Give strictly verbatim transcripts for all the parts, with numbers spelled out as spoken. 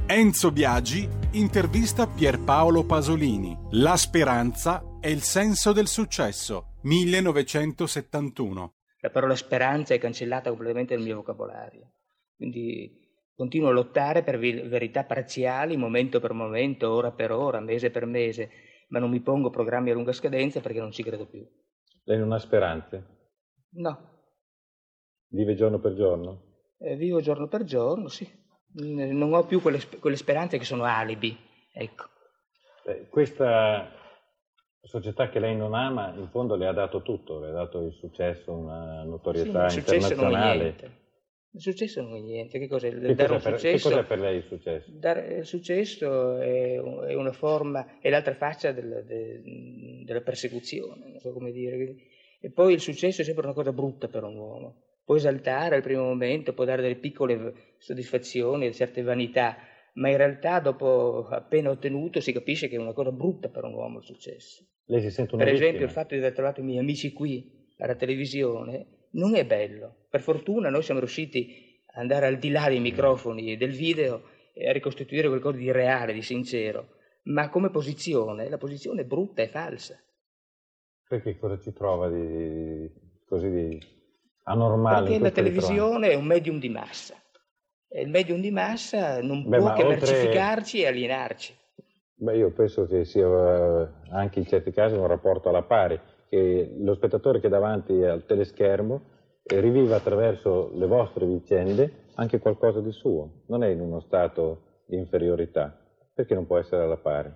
Enzo Biagi intervista Pierpaolo Pasolini. La speranza è il senso del successo. millenovecentosettantuno. La parola speranza è cancellata completamente dal mio vocabolario. Quindi continuo a lottare per verità parziali, momento per momento, ora per ora, mese per mese, ma non mi pongo programmi a lunga scadenza perché non ci credo più. Lei non ha speranze? No. Vive giorno per giorno? Eh, vivo giorno per giorno, sì. Non ho più quelle, quelle speranze che sono alibi, ecco. Eh, questa società che lei non ama, in fondo le ha dato tutto, le ha dato il successo, una notorietà sì, il successo internazionale. Non è niente. Il successo non è niente. Che cos'è, che dare cos'è, un per, successo, che cos'è per lei il successo? Dare, il successo è, è una forma, è l'altra faccia del, de, della persecuzione, non so come dire. E poi il successo è sempre una cosa brutta per un uomo. Può esaltare al primo momento, può dare delle piccole soddisfazioni, certe vanità, ma in realtà dopo appena ottenuto si capisce che è una cosa brutta per un uomo il successo. Lei si sente una Per vittima? esempio il fatto di aver trovato i miei amici qui alla televisione non è bello. Per fortuna noi siamo riusciti ad andare al di là dei microfoni e del video e a ricostituire qualcosa di reale, di sincero, ma come posizione, la posizione è brutta e falsa. Perché cosa ci trova di così di anormale? Perché la televisione è un medium di massa e il medium di massa non Beh, può che oltre... mercificarci e alienarci. Beh, io penso che sia anche in certi casi un rapporto alla pari, che lo spettatore che è davanti al teleschermo riviva attraverso le vostre vicende anche qualcosa di suo, non è in uno stato di inferiorità, perché non può essere alla pari?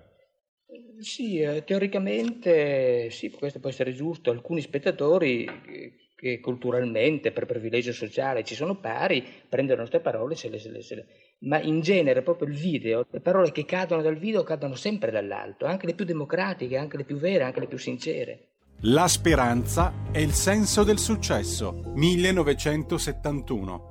Sì, eh, teoricamente sì, questo può essere giusto. Alcuni spettatori che culturalmente, per privilegio sociale, ci sono pari, prendono le nostre parole, se le, se le, se le... ma in genere proprio il video, le parole che cadono dal video cadono sempre dall'alto, anche le più democratiche, anche le più vere, anche le più sincere. La speranza è il senso del successo. millenovecentosettantuno.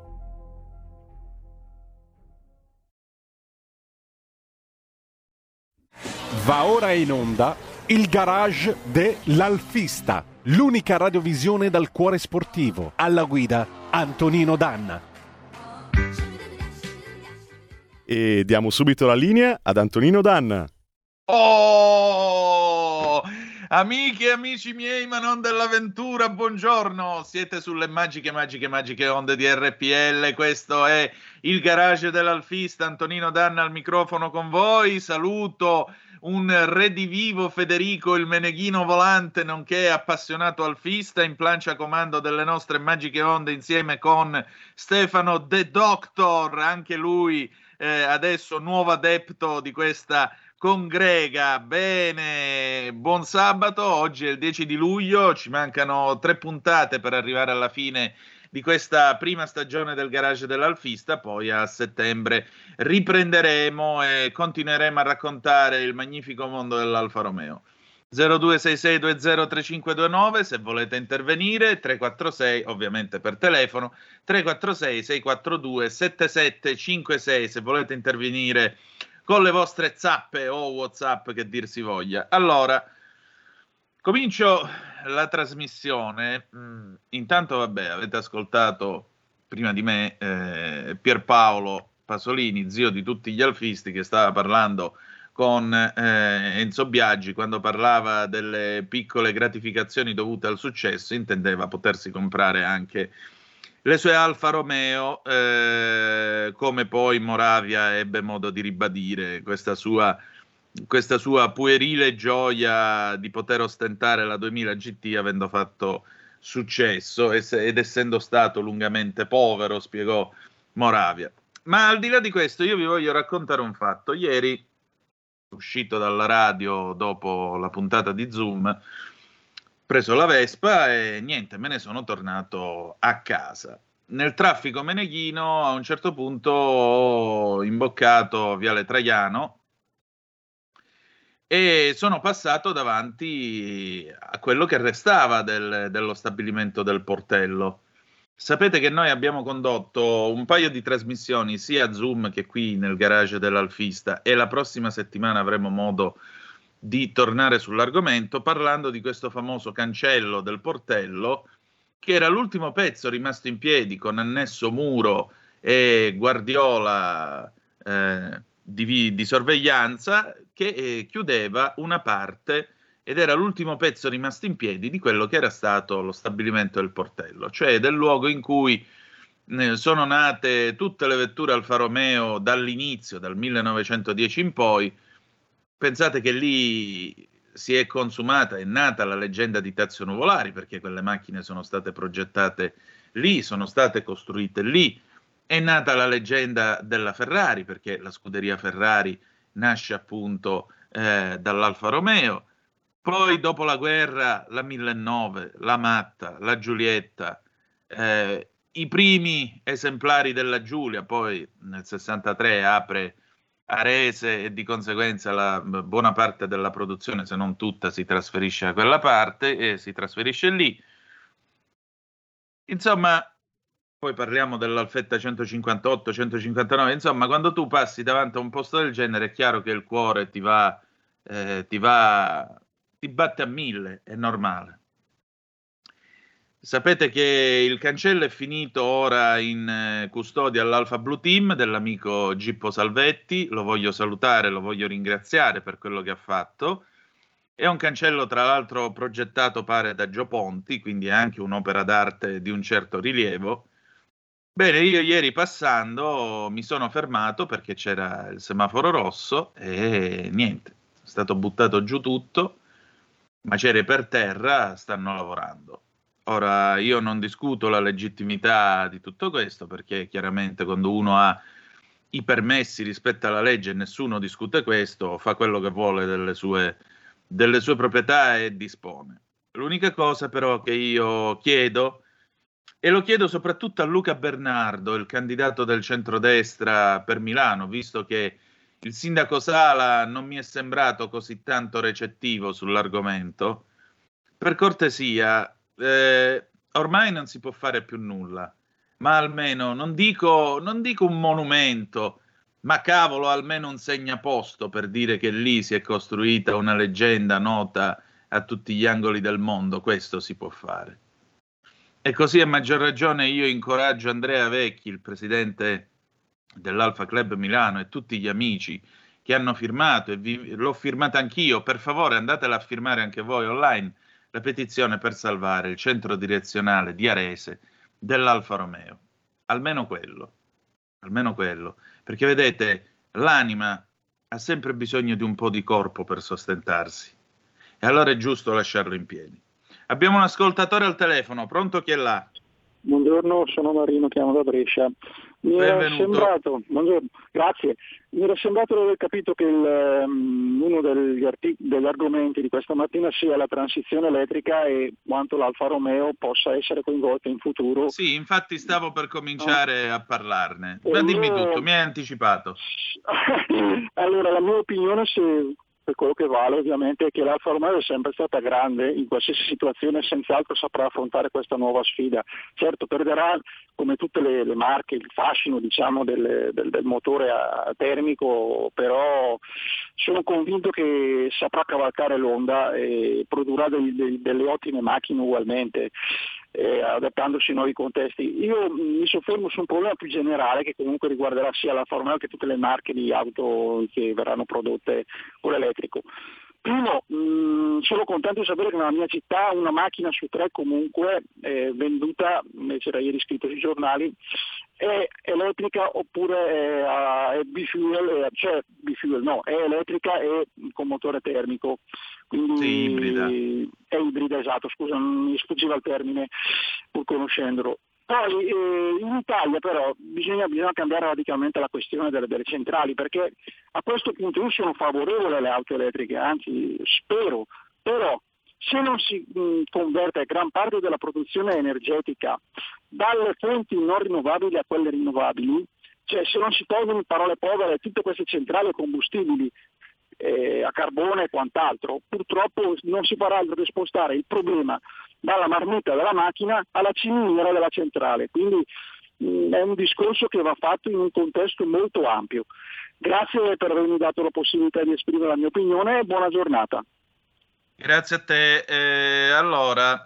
Va ora in onda il garage dell'Alfista, l'unica radiovisione dal cuore sportivo. Alla guida Antonino Danna. E diamo subito la linea ad Antonino Danna. Oh! Amiche e amici miei, ma non dell'avventura, buongiorno. Siete sulle magiche, magiche, magiche onde di R P L. Questo è il garage dell'Alfista. Antonino Danna al microfono con voi. Saluto un redivivo Federico il Meneghino volante, nonché appassionato alfista, in plancia comando delle nostre magiche onde insieme con Stefano The Doctor, anche lui eh, adesso nuovo adepto di questa congrega. Bene, buon sabato, oggi è il dieci di luglio, ci mancano tre puntate per arrivare alla fine di questa prima stagione del garage dell'Alfista, poi a settembre riprenderemo e continueremo a raccontare il magnifico mondo dell'Alfa Romeo. zero due sei sei due zero tre cinque due nove se volete intervenire, tre quattro sei ovviamente per telefono, tre quattro sei sei quattro due sette sette cinque sei se volete intervenire con le vostre zappe o WhatsApp che dir si voglia. Allora, comincio la trasmissione. Mm, intanto, vabbè, avete ascoltato prima di me eh, Pierpaolo Pasolini, zio di tutti gli alfisti, che stava parlando con eh, Enzo Biagi. Quando parlava delle piccole gratificazioni dovute al successo, intendeva potersi comprare anche le sue Alfa Romeo, eh, come poi Moravia ebbe modo di ribadire questa sua, questa sua puerile gioia di poter ostentare la duemila G T avendo fatto successo ed essendo stato lungamente povero, spiegò Moravia. Ma al di là di questo io vi voglio raccontare un fatto. Ieri, uscito dalla radio dopo la puntata di Zoom, preso la Vespa e niente, me ne sono tornato a casa. Nel traffico meneghino a un certo punto ho imboccato Viale Traiano e sono passato davanti a quello che restava del, dello stabilimento del Portello. Sapete che noi abbiamo condotto un paio di trasmissioni sia a Zoom che qui nel garage dell'Alfista e la prossima settimana avremo modo di tornare sull'argomento parlando di questo famoso cancello del Portello, che era l'ultimo pezzo rimasto in piedi con annesso muro e Guardiola eh, di, di sorveglianza che eh, chiudeva una parte ed era l'ultimo pezzo rimasto in piedi di quello che era stato lo stabilimento del Portello, cioè del luogo in cui eh, sono nate tutte le vetture Alfa Romeo dall'inizio, dal millenovecentodieci in poi. Pensate che lì si è consumata, è nata la leggenda di Tazio Nuvolari, perché quelle macchine sono state progettate lì, sono state costruite lì. È nata la leggenda della Ferrari, perché la scuderia Ferrari nasce appunto eh, dall'Alfa Romeo. Poi dopo la guerra la millenove, la Matta, la Giulietta, eh, i primi esemplari della Giulia, poi nel sessantatré apre Arese e di conseguenza la buona parte della produzione, se non tutta, si trasferisce a quella parte e si trasferisce lì. Insomma, poi parliamo dell'Alfetta centocinquantotto, centocinquantanove, insomma, quando tu passi davanti a un posto del genere è chiaro che il cuore ti va, eh, ti va, ti batte a mille, è normale. Sapete che il cancello è finito ora in eh, custodia all'Alfa Blue Team dell'amico Gippo Salvetti, lo voglio salutare, lo voglio ringraziare per quello che ha fatto. È un cancello tra l'altro progettato pare da Gio Ponti, quindi è anche un'opera d'arte di un certo rilievo. Bene, io ieri passando mi sono fermato perché c'era il semaforo rosso e niente, è stato buttato giù tutto, macerie per terra, stanno lavorando. Ora, io non discuto la legittimità di tutto questo, perché chiaramente quando uno ha i permessi rispetto alla legge e nessuno discute questo, fa quello che vuole delle sue, delle sue proprietà e dispone. L'unica cosa però che io chiedo, e lo chiedo soprattutto a Luca Bernardo, il candidato del centrodestra per Milano, visto che il sindaco Sala non mi è sembrato così tanto recettivo sull'argomento, per cortesia, eh, ormai non si può fare più nulla, ma almeno, non dico, non dico un monumento, ma cavolo, almeno un segnaposto per dire che lì si è costruita una leggenda nota a tutti gli angoli del mondo, questo si può fare. E così a maggior ragione io incoraggio Andrea Vecchi, il presidente dell'Alfa Club Milano, e tutti gli amici che hanno firmato, e vi, l'ho firmata anch'io, per favore andatela a firmare anche voi online, la petizione per salvare il centro direzionale di Arese dell'Alfa Romeo. Almeno quello, almeno quello. Perché vedete, l'anima ha sempre bisogno di un po' di corpo per sostentarsi. E allora è giusto lasciarlo in piedi. Abbiamo un ascoltatore al telefono, pronto, chi è là? Buongiorno, sono Marino, chiamo da Brescia. Mi era Benvenuto. sembrato, buongiorno, grazie, mi era sembrato di aver capito che il, um, uno degli, artic- degli argomenti di questa mattina sia la transizione elettrica e quanto l'Alfa Romeo possa essere coinvolta in futuro. Sì, infatti stavo per cominciare ah. a parlarne, ma dimmi eh, tutto, mi hai anticipato. Allora, la mia opinione, se per quello che vale ovviamente, è che l'Alfa Romeo è sempre stata grande, in qualsiasi situazione senz'altro saprà affrontare questa nuova sfida. Certo, perderà come tutte le, le marche il fascino, diciamo, del, del, del motore a, termico, però sono convinto che saprà cavalcare l'onda e produrrà dei, dei, delle ottime macchine ugualmente, eh, adattandosi ai nuovi contesti. Io mi soffermo su un problema più generale che comunque riguarderà sia l'Alfa Romeo che tutte le marche di auto che verranno prodotte con l'elettrico. Primo, mh, sono contento di sapere che nella mia città una macchina su tre comunque è venduta, c'era ieri scritto sui giornali, è elettrica oppure è, è bifuel, cioè bifuel no, è elettrica e con motore termico. Quindi sì, ibrida. È ibrida, esatto, scusa, mi sfuggiva il termine pur conoscendolo. Poi eh, in Italia però bisogna, bisogna cambiare radicalmente la questione delle, delle centrali, perché a questo punto io sono favorevole alle auto elettriche, anzi spero, però se non si mh, converte gran parte della produzione energetica dalle fonti non rinnovabili a quelle rinnovabili, cioè se non si tolgono in parole povere tutte queste centrali a combustibili eh, a carbone e quant'altro, purtroppo non si farà altro che spostare il problema dalla marmita della macchina alla ciminiera della centrale, quindi mh, è un discorso che va fatto in un contesto molto ampio. Grazie per avermi dato la possibilità di esprimere la mia opinione e buona giornata. Grazie a te. Eh, allora,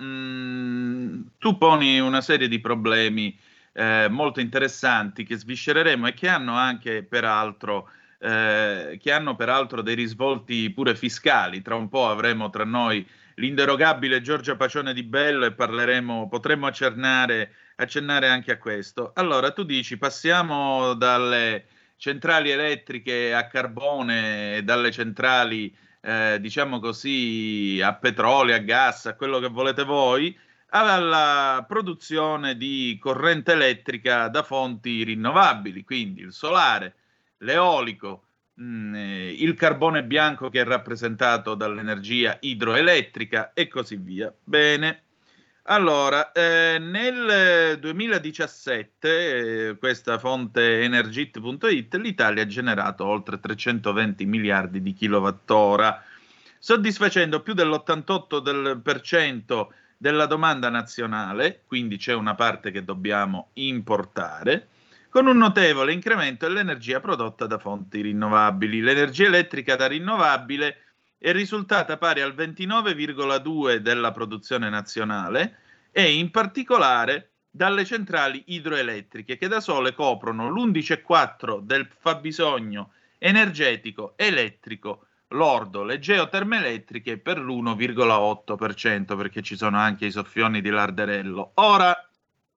mh, tu poni una serie di problemi eh, molto interessanti che sviscereremo e che hanno anche peraltro eh, che hanno peraltro dei risvolti pure fiscali. Tra un po' avremo tra noi l'inderogabile Giorgia Pacione di Bello e parleremo, potremmo accennare, accennare anche a questo. Allora, tu dici, passiamo dalle centrali elettriche a carbone, dalle centrali, eh, diciamo così, a petrolio, a gas, a quello che volete voi, alla produzione di corrente elettrica da fonti rinnovabili, quindi il solare, l'eolico, mh, il carbone bianco che è rappresentato dall'energia idroelettrica e così via. Bene. Allora, eh, nel duemiladiciassette, eh, questa fonte Energit punto it, l'Italia ha generato oltre trecentoventi miliardi di kilowattora, soddisfacendo più dell'ottantotto per cento della domanda nazionale, quindi c'è una parte che dobbiamo importare, con un notevole incremento dell'energia prodotta da fonti rinnovabili. L'energia elettrica da rinnovabile è risultata pari al ventinove virgola due della produzione nazionale e in particolare dalle centrali idroelettriche che da sole coprono l'undici virgola quattro del fabbisogno energetico elettrico lordo, le geotermoelettriche per l'uno virgola otto per cento, perché ci sono anche i soffioni di Larderello. Ora,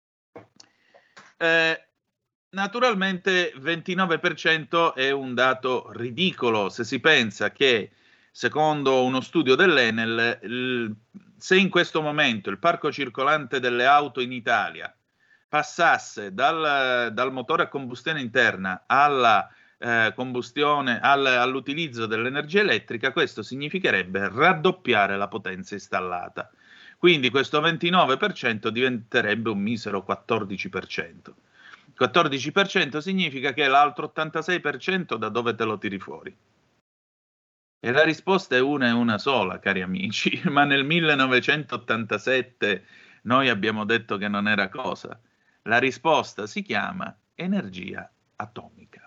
eh, naturalmente ventinove per cento è un dato ridicolo se si pensa che, secondo uno studio dell'Enel, il, se in questo momento il parco circolante delle auto in Italia passasse dal, dal motore a combustione interna alla eh, combustione, al, all'utilizzo dell'energia elettrica, questo significherebbe raddoppiare la potenza installata. Quindi questo ventinove per cento diventerebbe un misero quattordici per cento. quattordici per cento significa che l'altro ottantasei per cento da dove te lo tiri fuori? E la risposta è una e una sola, cari amici, ma nel millenovecentottantasette noi abbiamo detto che non era cosa. La risposta si chiama energia atomica.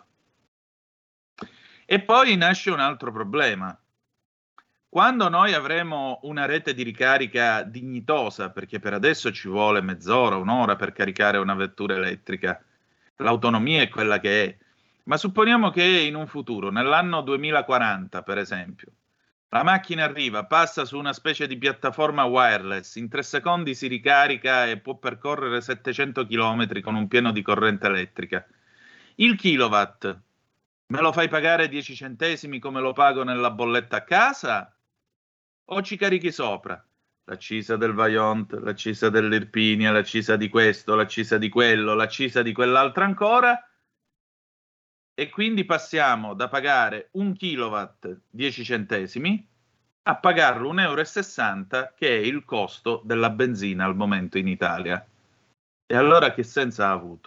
E poi nasce un altro problema. Quando noi avremo una rete di ricarica dignitosa, perché per adesso ci vuole mezz'ora, un'ora per caricare una vettura elettrica, l'autonomia è quella che è, ma supponiamo che in un futuro, nell'anno duemilaquaranta per esempio, la macchina arriva, passa su una specie di piattaforma wireless, in tre secondi si ricarica e può percorrere settecento chilometri con un pieno di corrente elettrica. Il kilowatt me lo fai pagare dieci centesimi come lo pago nella bolletta a casa? O ci carichi sopra l'accisa del Vaillant, l'accisa dell'Irpinia, l'accisa di questo, l'accisa di quello, l'accisa di quell'altra ancora? E quindi passiamo da pagare un kilowatt dieci centesimi a pagarlo un euro e sessanta, che è il costo della benzina al momento in Italia. E allora che senso ha avuto?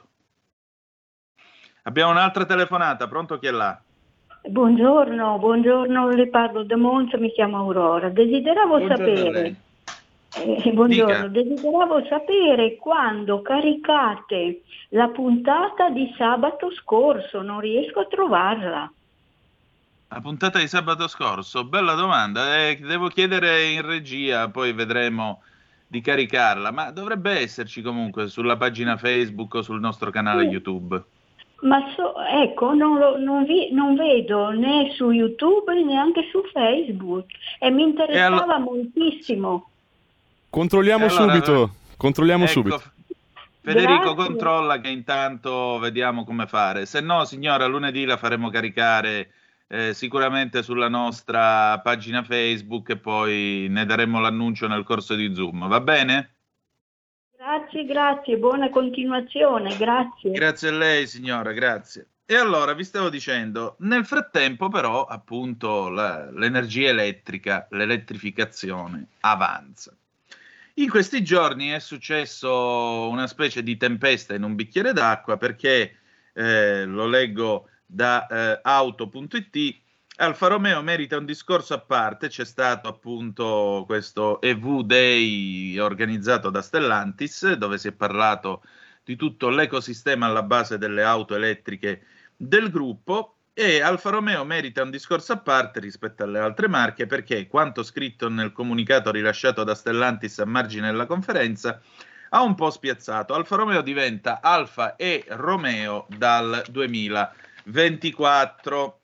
Abbiamo un'altra telefonata, pronto, chi è là? Buongiorno, buongiorno, le parlo da Monza, mi chiamo Aurora. Desideravo Buongiorno sapere, eh, buongiorno, Dica. desideravo sapere quando caricate la puntata di sabato scorso, non riesco a trovarla. La puntata di sabato scorso, bella domanda, eh, devo chiedere in regia, poi vedremo di caricarla, ma dovrebbe esserci comunque sulla pagina Facebook o sul nostro canale Sì. YouTube. Ma so, ecco, non, lo, non, vi, non vedo né su YouTube né neanche su Facebook e mi interessava allo- moltissimo. Controlliamo E allora, subito, controlliamo ecco, subito. Federico Grazie. controlla che intanto vediamo come fare. Se no, signora, lunedì la faremo caricare eh, sicuramente sulla nostra pagina Facebook e poi ne daremo l'annuncio nel corso di Zoom. Va bene? Grazie, grazie, buona continuazione, grazie. Grazie a lei, signora, grazie. E allora, vi stavo dicendo, nel frattempo però, appunto, la- l'energia elettrica, l'elettrificazione avanza. In questi giorni è successo una specie di tempesta in un bicchiere d'acqua perché, eh, lo leggo da eh, auto punto it, Alfa Romeo merita un discorso a parte. C'è stato appunto questo E V Day organizzato da Stellantis, dove si è parlato di tutto l'ecosistema alla base delle auto elettriche del gruppo, e Alfa Romeo merita un discorso a parte rispetto alle altre marche perché, quanto scritto nel comunicato rilasciato da Stellantis a margine della conferenza, ha un po' spiazzato. Alfa Romeo diventa Alfa e Romeo dal duemilaventiquattro.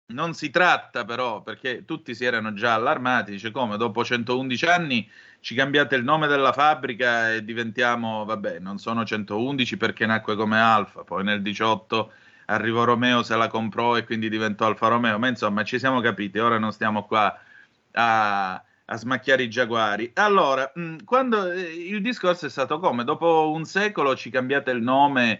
non si tratta però, perché tutti si erano già allarmati, dice come dopo centoundici anni ci cambiate il nome della fabbrica e diventiamo, vabbè, non sono centoundici perché nacque come Alfa, poi nel diciotto arrivò Romeo, se la comprò e quindi diventò Alfa Romeo, ma insomma ci siamo capiti, ora non stiamo qua a, a smacchiare i giaguari. Allora, mh, quando eh, il discorso è stato come dopo un secolo ci cambiate il nome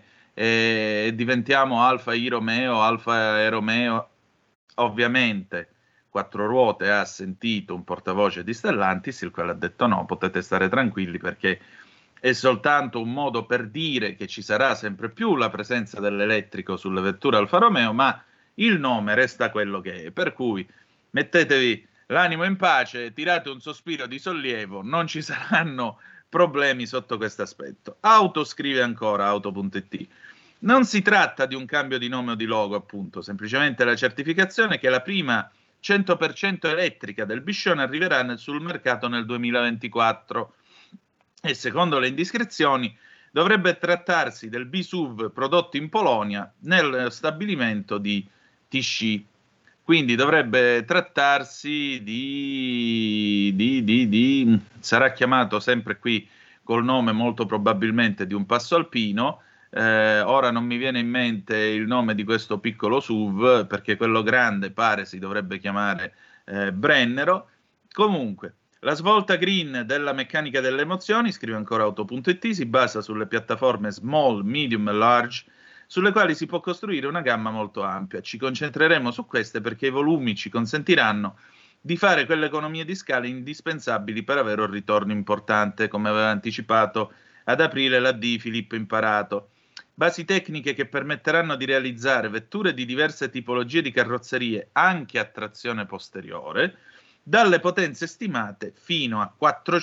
e diventiamo Alfa I Romeo, Alfa e Romeo, ovviamente Quattro Ruote ha sentito un portavoce di Stellantis, il quale ha detto no, potete stare tranquilli perché è soltanto un modo per dire che ci sarà sempre più la presenza dell'elettrico sulle vetture Alfa Romeo, ma il nome resta quello che è, per cui mettetevi l'animo in pace, tirate un sospiro di sollievo, non ci saranno problemi sotto questo aspetto. Auto scrive ancora, auto punto it, non si tratta di un cambio di nome o di logo, appunto, semplicemente la certificazione che la prima cento per cento elettrica del Biscione arriverà nel, sul mercato nel duemilaventiquattro e secondo le indiscrezioni dovrebbe trattarsi del B S U V prodotto in Polonia nel stabilimento di Tichy. Quindi dovrebbe trattarsi di, di, di, di, sarà chiamato sempre qui col nome molto probabilmente di un passo alpino, eh, ora non mi viene in mente il nome di questo piccolo S U V, perché quello grande pare si dovrebbe chiamare eh, Brennero. Comunque, la svolta green della meccanica delle emozioni, scrive ancora auto punto it, si basa sulle piattaforme small, medium e large, sulle quali si può costruire una gamma molto ampia. Ci concentreremo su queste perché i volumi ci consentiranno di fare quelle economie di scala indispensabili per avere un ritorno importante, come aveva anticipato ad aprile la D. Filippo Imparato. Basi tecniche che permetteranno di realizzare vetture di diverse tipologie di carrozzerie, anche a trazione posteriore, dalle potenze stimate fino a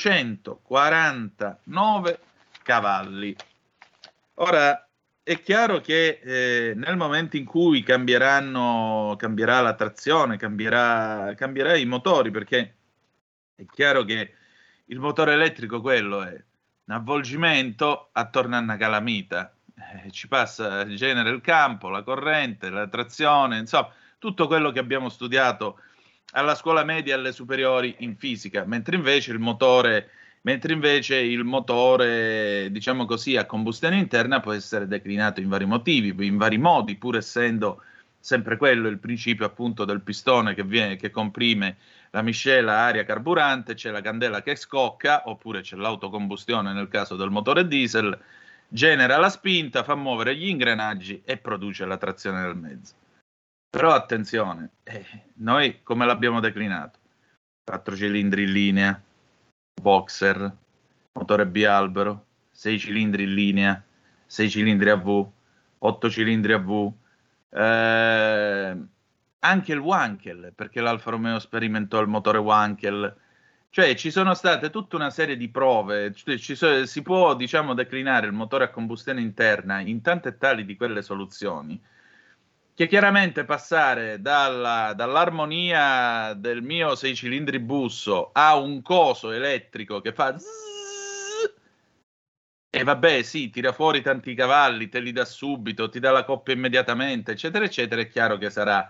quattrocentoquarantanove cavalli. Ora, è chiaro che eh, nel momento in cui cambieranno, cambierà la trazione, cambierà, cambierà i motori, perché è chiaro che il motore elettrico quello è un avvolgimento attorno a una calamita, eh, ci passa, genera il campo, la corrente, la trazione, insomma, tutto quello che abbiamo studiato alla scuola media e alle superiori in fisica, mentre invece il motore mentre invece il motore, diciamo così, a combustione interna può essere declinato in vari motivi, in vari modi, pur essendo sempre quello il principio appunto del pistone che, viene, che comprime la miscela aria-carburante, c'è la candela che scocca, oppure c'è l'autocombustione nel caso del motore diesel, genera la spinta, fa muovere gli ingranaggi e produce la trazione nel mezzo. Però attenzione, eh, noi come l'abbiamo declinato? Quattro cilindri in linea, boxer, motore bialbero, sei cilindri in linea, sei cilindri a V, otto cilindri a V, eh, anche il Wankel, perché l'Alfa Romeo sperimentò il motore Wankel, cioè ci sono state tutta una serie di prove, cioè, ci so, si può diciamo declinare il motore a combustione interna in tante e tali di quelle soluzioni, che chiaramente passare dalla, dall'armonia del mio sei cilindri busso a un coso elettrico che fa zzz, e vabbè sì, tira fuori tanti cavalli, te li dà subito, ti dà la coppia immediatamente, eccetera, eccetera, è chiaro che sarà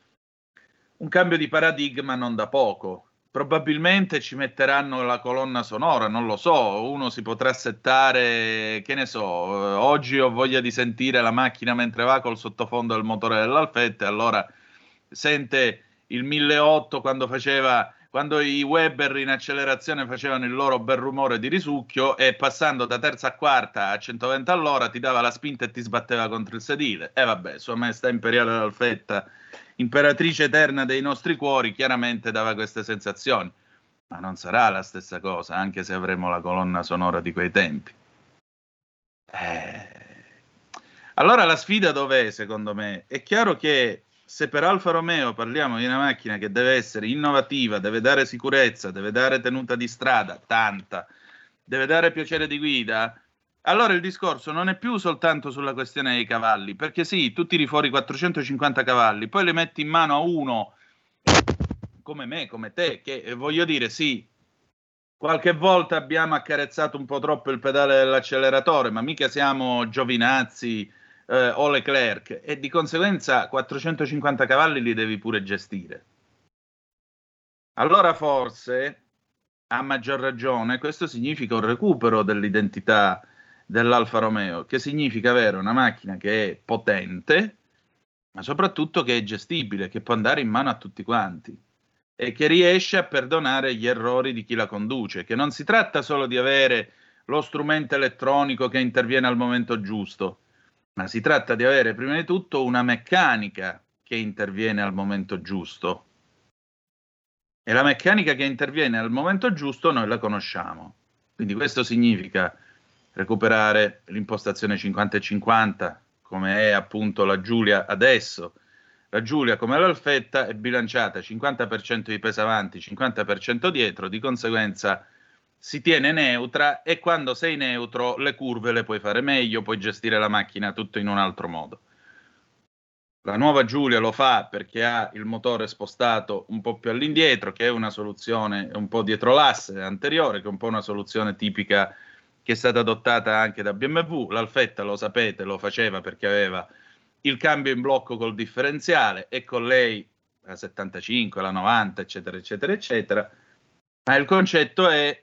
un cambio di paradigma non da poco. Probabilmente ci metteranno la colonna sonora, non lo so, uno si potrà settare, che ne so, oggi ho voglia di sentire la macchina mentre va col sottofondo del motore dell'Alfetta, allora sente il milleottocento quando faceva, quando i Weber in accelerazione facevano il loro bel rumore di risucchio e passando da terza a quarta a centoventi all'ora ti dava la spinta e ti sbatteva contro il sedile. E vabbè, Sua Maestà Imperiale dell'Alfetta, imperatrice eterna dei nostri cuori, chiaramente dava queste sensazioni, ma non sarà la stessa cosa, anche se avremo la colonna sonora di quei tempi. Eh... Allora la sfida dov'è, secondo me? È chiaro che se per Alfa Romeo parliamo di una macchina che deve essere innovativa, deve dare sicurezza, deve dare tenuta di strada, tanta, deve dare piacere di guida, allora il discorso non è più soltanto sulla questione dei cavalli, perché sì, tu tiri fuori quattrocentocinquanta cavalli, poi le metti in mano a uno come me, come te, che voglio dire, sì, qualche volta abbiamo accarezzato un po' troppo il pedale dell'acceleratore, ma mica siamo Giovinazzi eh, o Leclerc, e di conseguenza quattrocentocinquanta cavalli li devi pure gestire. Allora forse, a maggior ragione, questo significa un recupero dell'identità dell'Alfa Romeo, che significa avere una macchina che è potente, ma soprattutto che è gestibile, che può andare in mano a tutti quanti e che riesce a perdonare gli errori di chi la conduce, che non si tratta solo di avere lo strumento elettronico che interviene al momento giusto, ma si tratta di avere prima di tutto una meccanica che interviene al momento giusto. E la meccanica che interviene al momento giusto noi la conosciamo. Quindi questo significa recuperare l'impostazione cinquanta e cinquanta, come è appunto la Giulia adesso. La Giulia, come l'Alfetta, è bilanciata cinquanta per cento di peso avanti, cinquanta per cento dietro, di conseguenza si tiene neutra, e quando sei neutro le curve le puoi fare meglio, puoi gestire la macchina tutto in un altro modo. La nuova Giulia lo fa perché ha il motore spostato un po' più all'indietro, che è una soluzione un po' dietro l'asse anteriore, che è un po' una soluzione tipica che è stata adottata anche da B M W. L'Alfetta, lo sapete, lo faceva perché aveva il cambio in blocco col differenziale, e con lei la settantacinque, la novanta, eccetera, eccetera, eccetera. Ma il concetto è,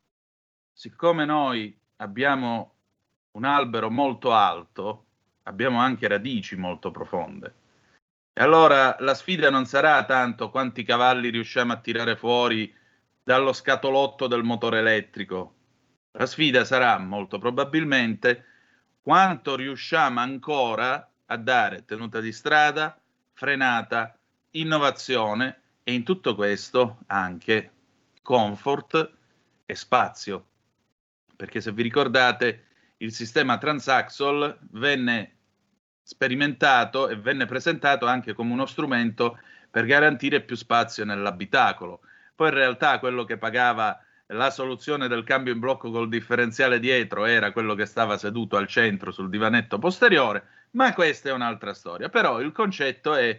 siccome noi abbiamo un albero molto alto, abbiamo anche radici molto profonde. E allora la sfida non sarà tanto quanti cavalli riusciamo a tirare fuori dallo scatolotto del motore elettrico. La sfida sarà molto probabilmente quanto riusciamo ancora a dare tenuta di strada, frenata, innovazione, e in tutto questo anche comfort e spazio. Perché se vi ricordate, il sistema Transaxle venne sperimentato e venne presentato anche come uno strumento per garantire più spazio nell'abitacolo. Poi in realtà quello che pagava la soluzione del cambio in blocco col differenziale dietro era quello che stava seduto al centro sul divanetto posteriore, ma questa è un'altra storia. Però il concetto è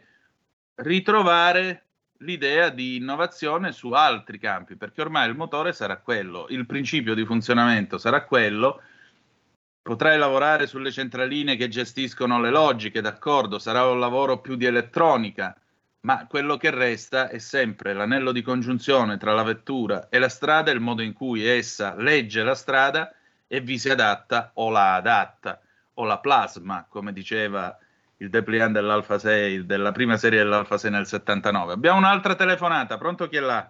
ritrovare l'idea di innovazione su altri campi, perché ormai il motore sarà quello, il principio di funzionamento sarà quello. Potrai lavorare sulle centraline che gestiscono le logiche, d'accordo, sarà un lavoro più di elettronica, ma quello che resta è sempre l'anello di congiunzione tra la vettura e la strada, il modo in cui essa legge la strada e vi si adatta o la adatta, o la plasma, come diceva il dépliant dell'Alfa sei, della prima serie dell'Alfa sei nel settantanove. Abbiamo un'altra telefonata, pronto, chi è là?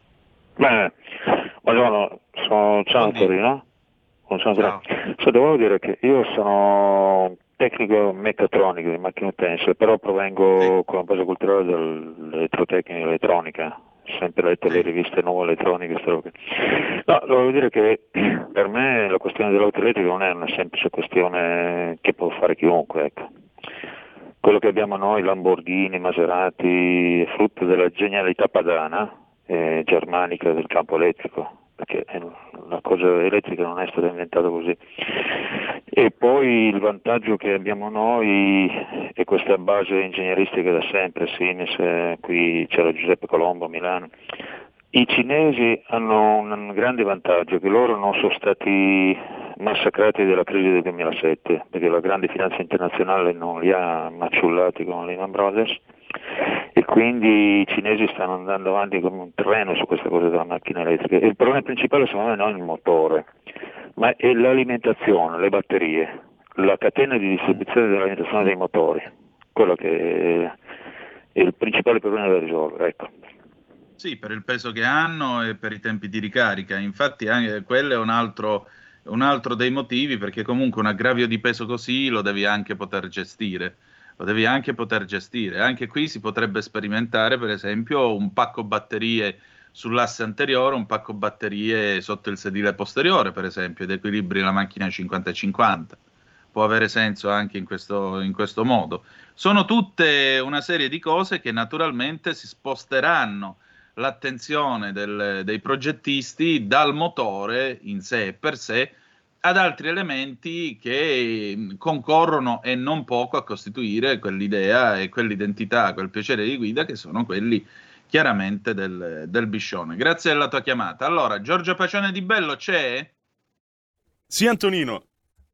Beh, buongiorno, sono Ciao Torino. Ciao. So, devo dire che io sono tecnico meccatronico di macchine utenze, però provengo sì. con una base culturale dell'elettrotecnica e elettronica, sempre letto sì. le riviste nuove elettroniche. No, devo dire che per me la questione dell'auto elettrica non è una semplice questione che può fare chiunque, ecco. Quello che abbiamo noi, Lamborghini, Maserati, è frutto della genialità padana e germanica del campo elettrico, perché la cosa elettrica non è stata inventata così. E poi il vantaggio che abbiamo noi è questa base ingegneristica da sempre, Siemens, qui c'era Giuseppe Colombo a Milano. I cinesi hanno un grande vantaggio, che loro non sono stati massacrati dalla crisi del duemilasette, perché la grande finanza internazionale non li ha maciullati con Lehman Brothers, e quindi i cinesi stanno andando avanti come un treno su questa cosa della macchina elettrica. Il problema principale secondo me non è il motore, ma è l'alimentazione, le batterie, la catena di distribuzione dell'alimentazione dei motori, quello che è il principale problema da risolvere, ecco. Sì, per il peso che hanno e per i tempi di ricarica, infatti anche quello è un altro, un altro dei motivi, perché comunque un aggravio di peso così lo devi anche poter gestire. Lo devi anche poter gestire. Anche qui si potrebbe sperimentare, per esempio, un pacco batterie sull'asse anteriore, un pacco batterie sotto il sedile posteriore, per esempio, ed equilibri la macchina cinquanta cinquanta. Può avere senso anche in questo, in questo modo. Sono tutte una serie di cose che naturalmente si sposteranno l'attenzione del, dei progettisti dal motore in sé e per sé ad altri elementi che concorrono e non poco a costituire quell'idea e quell'identità, quel piacere di guida, che sono quelli chiaramente del, del Biscione. Grazie alla tua chiamata. Allora, Giorgio Pacione di Bello c'è? Sì, Antonino.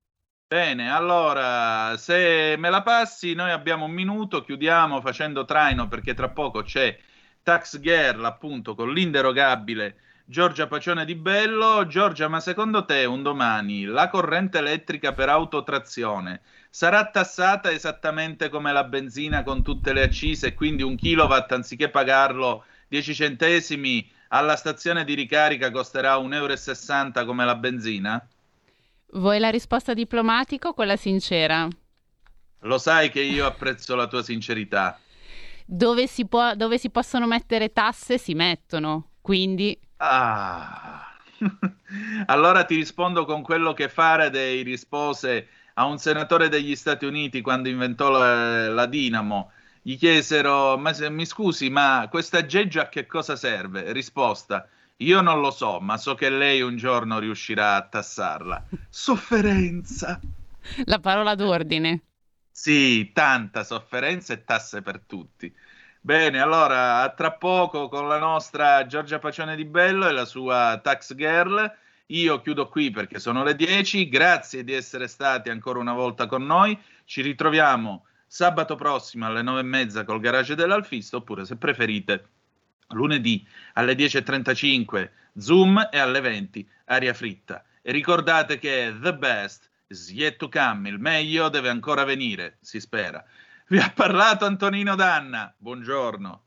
Bene, allora, se me la passi, noi abbiamo un minuto, chiudiamo facendo traino perché tra poco c'è Tax Girl, appunto, con l'inderogabile Giorgia Pacione di Bello. Giorgia, ma secondo te un domani la corrente elettrica per autotrazione sarà tassata esattamente come la benzina con tutte le accise e quindi un kilowatt anziché pagarlo dieci centesimi alla stazione di ricarica costerà un euro e sessanta come la benzina? Vuoi la risposta diplomatica o quella sincera? Lo sai che io apprezzo la tua sincerità. Dove si può, dove si possono mettere tasse si mettono, quindi... Ah. Allora ti rispondo con quello che Faraday rispose a un senatore degli Stati Uniti quando inventò la, la dinamo. Gli chiesero, ma se, mi scusi, ma questa aggeggio a che cosa serve? Risposta: io non lo so, ma so che lei un giorno riuscirà a tassarla. Sofferenza. La parola d'ordine. Sì, tanta sofferenza e tasse per tutti. Bene, allora, a tra poco con la nostra Giorgia Pacione di Bello e la sua Tax Girl. Io chiudo qui perché sono le dieci. Grazie di essere stati ancora una volta con noi. Ci ritroviamo sabato prossimo alle nove e mezza col Garage dell'Alfista, oppure se preferite lunedì alle dieci e trentacinque Zoom e alle venti Aria Fritta. E ricordate che the best is yet to come, il meglio deve ancora venire, si spera. Vi ha parlato Antonino Danna, buongiorno.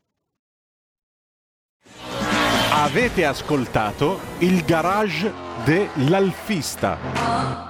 Avete ascoltato il Garage dell'Alfista.